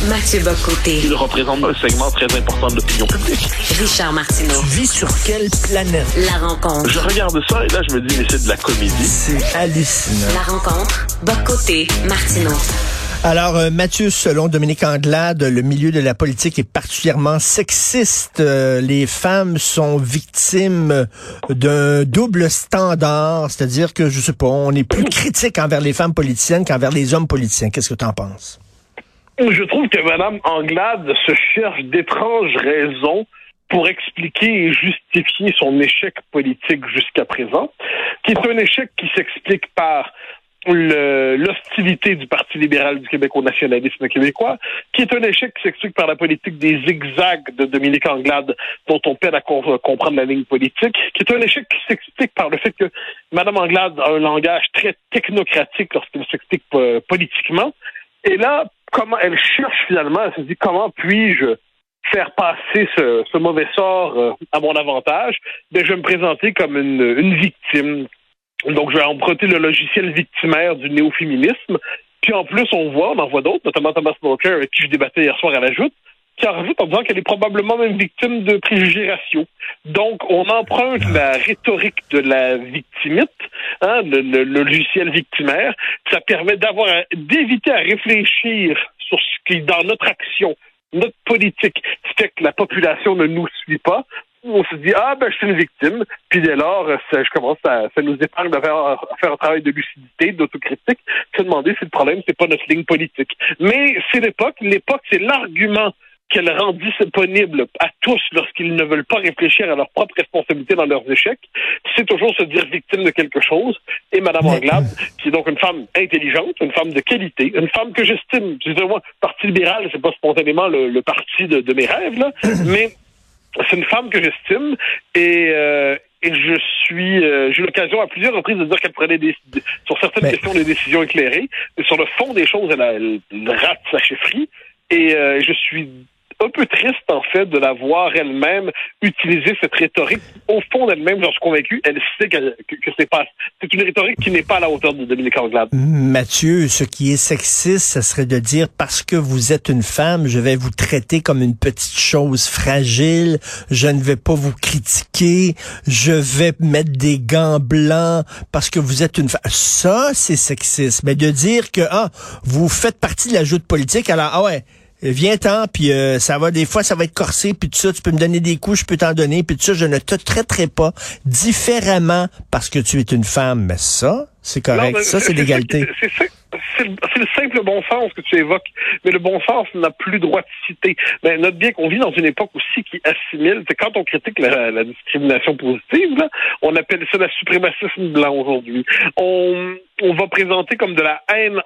Mathieu Bock-Côté. Il représente un segment très important de l'opinion publique. Richard Martineau. Tu vis sur quelle planète? La rencontre. Je regarde ça et là, je me dis, mais c'est de la comédie. C'est hallucinant. La rencontre. Bock-Côté. Martineau. Alors, Mathieu, selon Dominique Anglade, le milieu de la politique est particulièrement sexiste. Les femmes sont victimes d'un double standard, c'est-à-dire que, je sais pas, on est plus critique envers les femmes politiciennes qu'envers les hommes politiciens. Qu'est-ce que tu en penses? Je trouve que Mme Anglade se cherche d'étranges raisons pour expliquer et justifier son échec politique jusqu'à présent, qui est un échec qui s'explique par l'hostilité du Parti libéral du Québec au nationalisme québécois, qui est un échec qui s'explique par la politique des zigzags de Dominique Anglade, dont on peine à comprendre la ligne politique, qui est un échec qui s'explique par le fait que Mme Anglade a un langage très technocratique lorsqu'elle s'explique politiquement. Et là, comment elle cherche finalement, elle se dit comment puis-je faire passer ce mauvais sort à mon avantage? Ben, je vais me présenter comme une victime. Donc, je vais emprunter le logiciel victimaire du néo-féminisme. Puis en plus, on en voit d'autres, notamment Thomas Mulcair, avec qui je débattais hier soir à la Joute, qui en rajoute en disant qu'elle est probablement même victime de préjugés raciaux. Donc, on emprunte la rhétorique de la victimite, le logiciel victimaire. Ça permet d'éviter à réfléchir sur ce qui, dans notre action, notre politique, fait que la population ne nous suit pas. On se dit, je suis une victime, puis dès lors, ça nous épargne de faire un travail de lucidité, d'autocritique, se demander si le problème, c'est pas notre ligne politique. Mais c'est l'époque, c'est l'argument qu'elle rend disponible à tous lorsqu'ils ne veulent pas réfléchir à leur propre responsabilité dans leurs échecs, c'est toujours se dire victime de quelque chose. Et Mme Anglade, qui est donc une femme intelligente, une femme de qualité, une femme que j'estime, moi, Parti libéral, c'est pas spontanément le parti de mes rêves, là, mais c'est une femme que j'estime et j'ai eu l'occasion à plusieurs reprises de dire qu'elle prenait sur certaines questions des décisions éclairées, mais sur le fond des choses, elle rate sa chefferie et je suis un peu triste, en fait, de la voir elle-même utiliser cette rhétorique. Au fond d'elle-même, j'en suis convaincu, elle sait que c'est une rhétorique qui n'est pas à la hauteur de Dominique Anglade. Mathieu, ce qui est sexiste, ce serait de dire, parce que vous êtes une femme, je vais vous traiter comme une petite chose fragile, je ne vais pas vous critiquer, je vais mettre des gants blancs parce que vous êtes une femme. Ça, c'est sexiste. Mais de dire que, vous faites partie de la joute politique, alors, viens-t'en, puis des fois, ça va être corsé, puis tout ça, tu peux me donner des coups, je peux t'en donner, puis tout ça, je ne te traiterai pas différemment parce que tu es une femme. Mais ça, c'est correct. Ça, c'est l'égalité. C'est le simple bon sens que tu évoques, mais le bon sens n'a plus droit de citer. Mais note bien qu'on vit dans une époque aussi qui assimile. C'est quand on critique la discrimination positive, là, on appelle ça le suprémacisme blanc aujourd'hui. On va présenter comme de la haine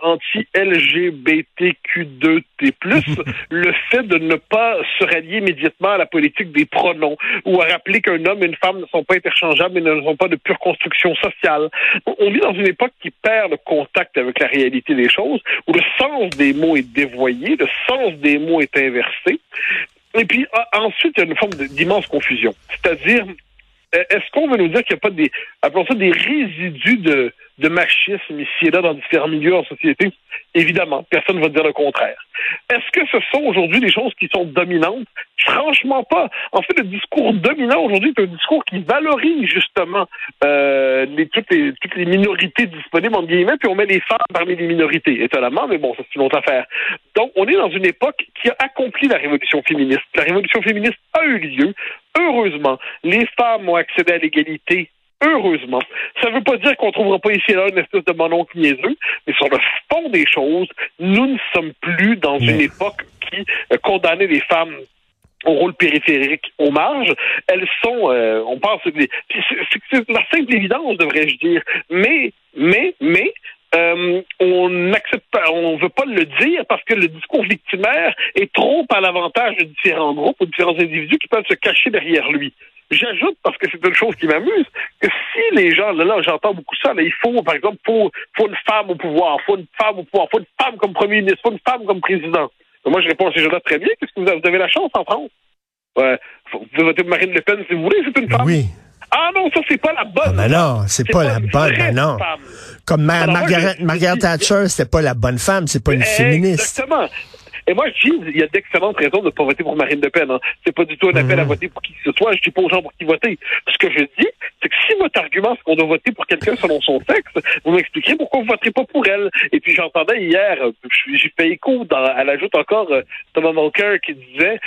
anti-LGBTQ2T+, le fait de ne pas se rallier immédiatement à la politique des pronoms, ou à rappeler qu'un homme et une femme ne sont pas interchangeables et ne sont pas de pure construction sociale. On vit dans une époque qui perd le contact avec la réalité des choses, où le sens des mots est dévoyé, le sens des mots est inversé. Et puis, ensuite, il y a une forme d'immense confusion. C'est-à-dire, est-ce qu'on veut nous dire qu'il n'y a pas appelons ça des résidus de machisme ici et là dans différents milieux en société? Évidemment, personne ne va dire le contraire. Est-ce que ce sont aujourd'hui des choses qui sont dominantes? Franchement pas. En fait, le discours dominant aujourd'hui est un discours qui valorise justement toutes les minorités disponibles, entre guillemets, puis on met les femmes parmi les minorités. Étonnamment, mais bon, ça c'est une autre affaire. Donc, on est dans une époque qui a accompli la révolution féministe. La révolution féministe a eu lieu. Heureusement, les femmes ont accédé à l'égalité. Heureusement. Ça ne veut pas dire qu'on ne trouvera pas ici et là une espèce de mononcle niaiseux, mais sur le fond des choses, nous ne sommes plus dans une époque qui condamnait les femmes au rôle périphérique, aux marges. Elles sont, on pense, c'est la simple évidence, devrais-je dire, mais, on n'accepte pas, on veut pas le dire parce que le discours victimaire est trop à l'avantage de différents groupes ou de différents individus qui peuvent se cacher derrière lui. J'ajoute, parce que c'est une chose qui m'amuse, que si les gens, là j'entends beaucoup ça, il faut, par exemple, faut une femme au pouvoir, faut une femme comme premier ministre, faut une femme comme président. Mais moi, je réponds à ces gens-là très bien. Qu'est-ce que vous avez la chance en France? Vous pouvez voter pour Marine Le Pen si vous voulez, c'est une femme. Oui. Ah non, ça, c'est pas la bonne. Ah, ben non, c'est pas la bonne, ben non. Comme Margaret Thatcher, c'était pas la bonne femme, c'est pas une féministe. Exactement. Et moi, je dis, il y a d'excellentes raisons de ne pas voter pour Marine Le Pen. Hein. C'est pas du tout un appel à voter pour qui que ce soit. Je dis pas aux gens pour qui voter. Ce que je dis, c'est que si votre argument, c'est qu'on doit voter pour quelqu'un selon son sexe, vous m'expliquerez pourquoi vous voterez pas pour elle. Et puis, j'entendais hier, j'ai fait écho, elle ajoute encore Thomas Mulcair qui disait,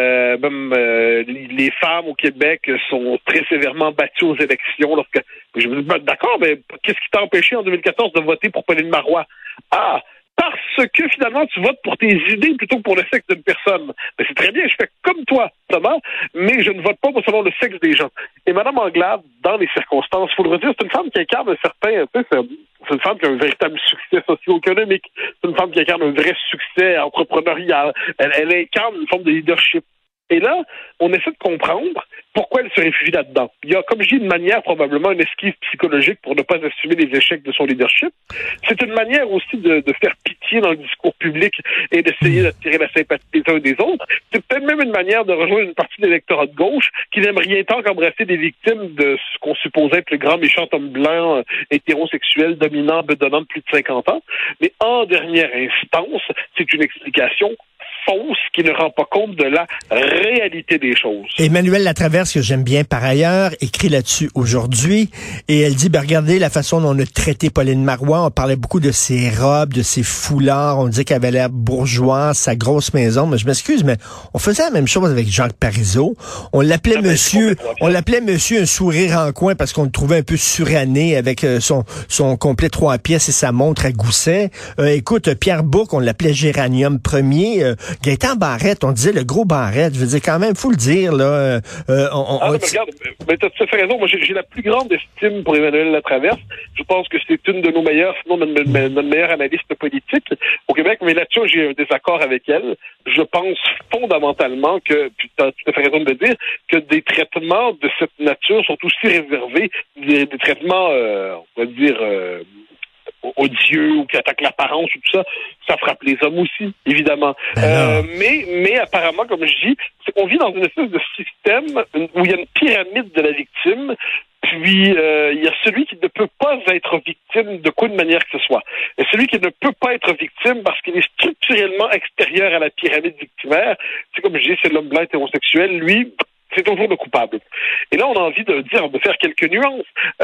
les femmes au Québec sont très sévèrement battues aux élections. Lorsque je me dis, d'accord, mais qu'est-ce qui t'a empêché en 2014 de voter pour Pauline Marois? Ah! Parce que finalement, tu votes pour tes idées plutôt que pour le sexe d'une personne. Mais c'est très bien, je fais comme toi, Thomas, mais je ne vote pas selon le sexe des gens. Et Mme Anglade, dans les circonstances, il faut le redire, c'est une femme qui incarne un certain... C'est une femme qui a un véritable succès socio-économique. C'est une femme qui incarne un vrai succès entrepreneurial. Elle incarne une forme de leadership. Et là, on essaie de comprendre pourquoi elle se réfugie là-dedans. Il y a, comme je dis, une manière, probablement, une esquive psychologique pour ne pas assumer les échecs de son leadership. C'est une manière aussi de faire pitié dans le discours public et d'essayer d'attirer la sympathie des uns et des autres. C'est peut-être même une manière de rejoindre une partie de l'électorat de gauche qui n'aime rien tant qu'embrasser des victimes de ce qu'on supposait être le grand méchant homme blanc, hétérosexuel, dominant, bedonnant de plus de 50 ans. Mais en dernière instance, c'est une explication fausse qui ne rend pas compte de la réalité des choses. Emmanuelle Latraverse, que j'aime bien par ailleurs, écrit là-dessus aujourd'hui et elle dit, regardez la façon dont on a traité Pauline Marois, on parlait beaucoup de ses robes, de ses foulards, on disait qu'elle avait l'air bourgeoise, sa grosse maison, mais je m'excuse, mais on faisait la même chose avec Jacques Parizeau. On l'appelait monsieur un sourire en coin parce qu'on le trouvait un peu suranné avec son complet 3 pièces et sa montre à gousset. Écoute, Pierre Bourque, on l'appelait Géranium Premier. Gaëtan Barrette, on disait le gros Barrette. Je veux dire, quand même, faut le dire, là. Regarde, mais t'as tout à fait raison. Moi, j'ai la plus grande estime pour Emmanuelle Latraverse. Je pense que c'est une de nos meilleures, sinon notre meilleure analyste politique au Québec. Mais là-dessus, j'ai un désaccord avec elle. Je pense fondamentalement que, puis t'as tout à fait raison de le dire, que des traitements de cette nature sont aussi réservés, des traitements, on va dire, odieux ou qui attaquent l'apparence ou tout ça, ça frappe les hommes aussi, évidemment. Mais apparemment, comme je dis, c'est qu'on vit dans une espèce de système où il y a une pyramide de la victime, puis il y a celui qui ne peut pas être victime de quoi de manière que ce soit. Et celui qui ne peut pas être victime parce qu'il est structurellement extérieur à la pyramide victimaire, c'est comme je dis, c'est l'homme blanc hétérosexuel, lui, c'est toujours le coupable. Et là, on a envie de faire quelques nuances.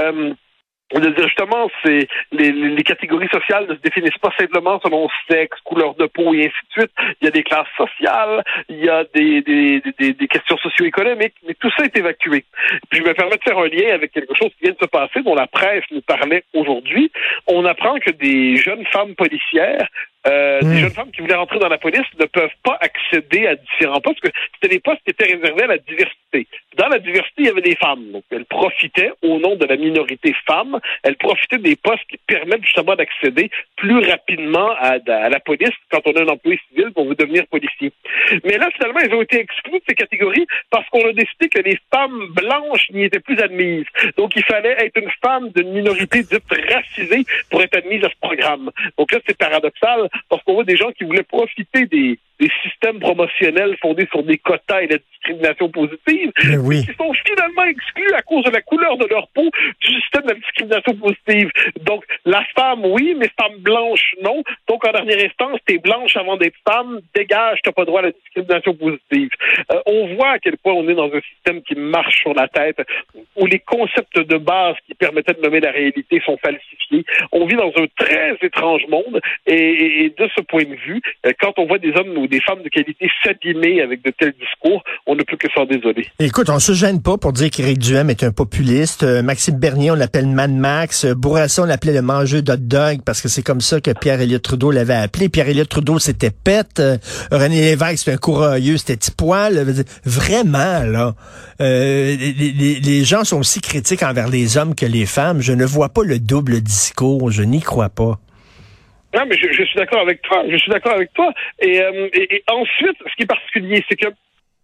Justement, c'est les catégories sociales ne se définissent pas simplement selon sexe, couleur de peau et ainsi de suite. Il y a des classes sociales, il y a des questions socio-économiques, mais tout ça est évacué. Puis je me permets de faire un lien avec quelque chose qui vient de se passer, dont la presse nous parlait aujourd'hui. On apprend que des jeunes femmes policières, des jeunes femmes qui voulaient rentrer dans la police ne peuvent pas accéder à différents postes, parce que c'était des postes qui étaient réservés à la diversité. Dans la diversité, il y avait des femmes. Donc, elles profitaient, au nom de la minorité femme, elles profitaient des postes qui permettent justement d'accéder plus rapidement à la police quand on a un employé civil pour devenir policier. Mais là, finalement, elles ont été exclues de ces catégories parce qu'on a décidé que les femmes blanches n'y étaient plus admises. Donc, il fallait être une femme d'une minorité dite racisée pour être admise à ce programme. Donc là, c'est paradoxal parce qu'on voit des gens qui voulaient profiter des systèmes promotionnels fondés sur des quotas et la discrimination positive, qui sont finalement exclus à cause de la couleur de leur peau du système de la discrimination positive. Donc, la femme, oui, mais femme blanche, non. Donc, en dernière instance, t'es blanche avant d'être femme, dégage, t'as pas droit à la discrimination positive. On voit à quel point on est dans un système qui marche sur la tête, où les concepts de base qui permettaient de nommer la réalité sont falsifiés. On vit dans un très étrange monde, et de ce point de vue, quand on voit des hommes ou des femmes de qualité s'abîmer avec de tels discours, on ne peut que s'en désoler. Écoute, on se gêne pas pour dire qu'Éric Duhem est un populiste. Maxime Bernier, on l'appelle Mad Max. Bourassa, on l'appelait le mangeur d'hot dog parce que c'est comme ça que Pierre-Éliott Trudeau l'avait appelé. Pierre-Éliott Trudeau, c'était pète. René Lévesque, c'était un courageux, c'était petit poil. Vraiment, là, les gens sont aussi critiques envers les hommes que les femmes. Je ne vois pas le double discours. Je n'y crois pas. Non, mais je suis d'accord avec toi. Et ensuite, ce qui est particulier, c'est que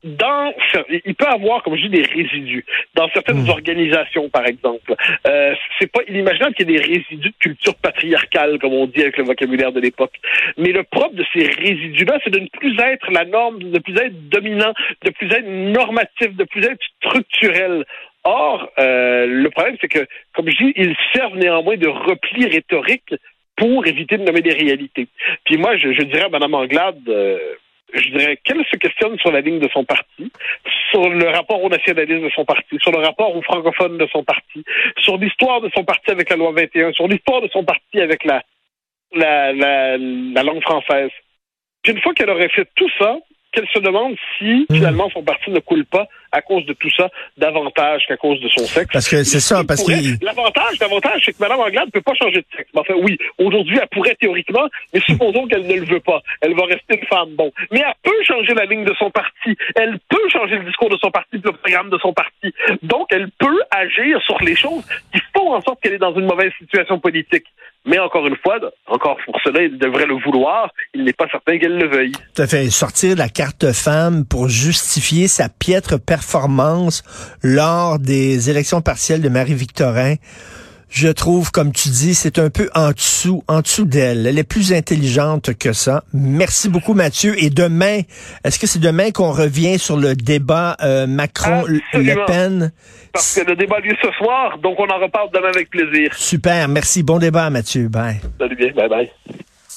il peut avoir, comme je dis, des résidus. Dans certaines organisations, par exemple. C'est pas inimaginable qu'il y ait des résidus de culture patriarcale, comme on dit avec le vocabulaire de l'époque. Mais le propre de ces résidus-là, c'est de ne plus être la norme, de ne plus être dominant, de ne plus être normatif, de ne plus être structurel. Or, le problème, c'est que, comme je dis, ils servent néanmoins de repli rhétorique pour éviter de nommer des réalités. Puis moi, je dirais à Mme Anglade, je dirais qu'elle se questionne sur la ligne de son parti, sur le rapport au nationalisme de son parti, sur le rapport aux francophones de son parti, sur l'histoire de son parti avec la loi 21, sur l'histoire de son parti avec la langue française. Puis une fois qu'elle aurait fait tout ça, qu'elle se demande si, finalement, son parti ne coule pas à cause de tout ça, davantage qu'à cause de son sexe. Parce que c'est ça, parce que... L'avantage, c'est que Mme Anglade ne peut pas changer de sexe. Enfin, oui, aujourd'hui, elle pourrait théoriquement, mais supposons qu'elle ne le veut pas. Elle va rester une femme, bon. Mais elle peut changer la ligne de son parti. Elle peut changer le discours de son parti, le programme de son parti. Donc, elle peut agir sur les choses qui font en sorte qu'elle est dans une mauvaise situation politique. Mais encore une fois, encore pour cela, il devrait le vouloir. Il n'est pas certain qu'elle le veuille. Tout à fait. Sortir de la carte femme pour justifier sa piètre performance lors des élections partielles de Marie-Victorin. Je trouve, comme tu dis, c'est un peu en dessous d'elle. Elle est plus intelligente que ça. Merci beaucoup, Mathieu. Et demain, est-ce que c'est demain qu'on revient sur le débat Macron-Le Pen? Parce que le débat a lieu ce soir, donc on en reparle demain avec plaisir. Super. Merci. Bon débat, Mathieu. Bye. Salut bien. Bye bye.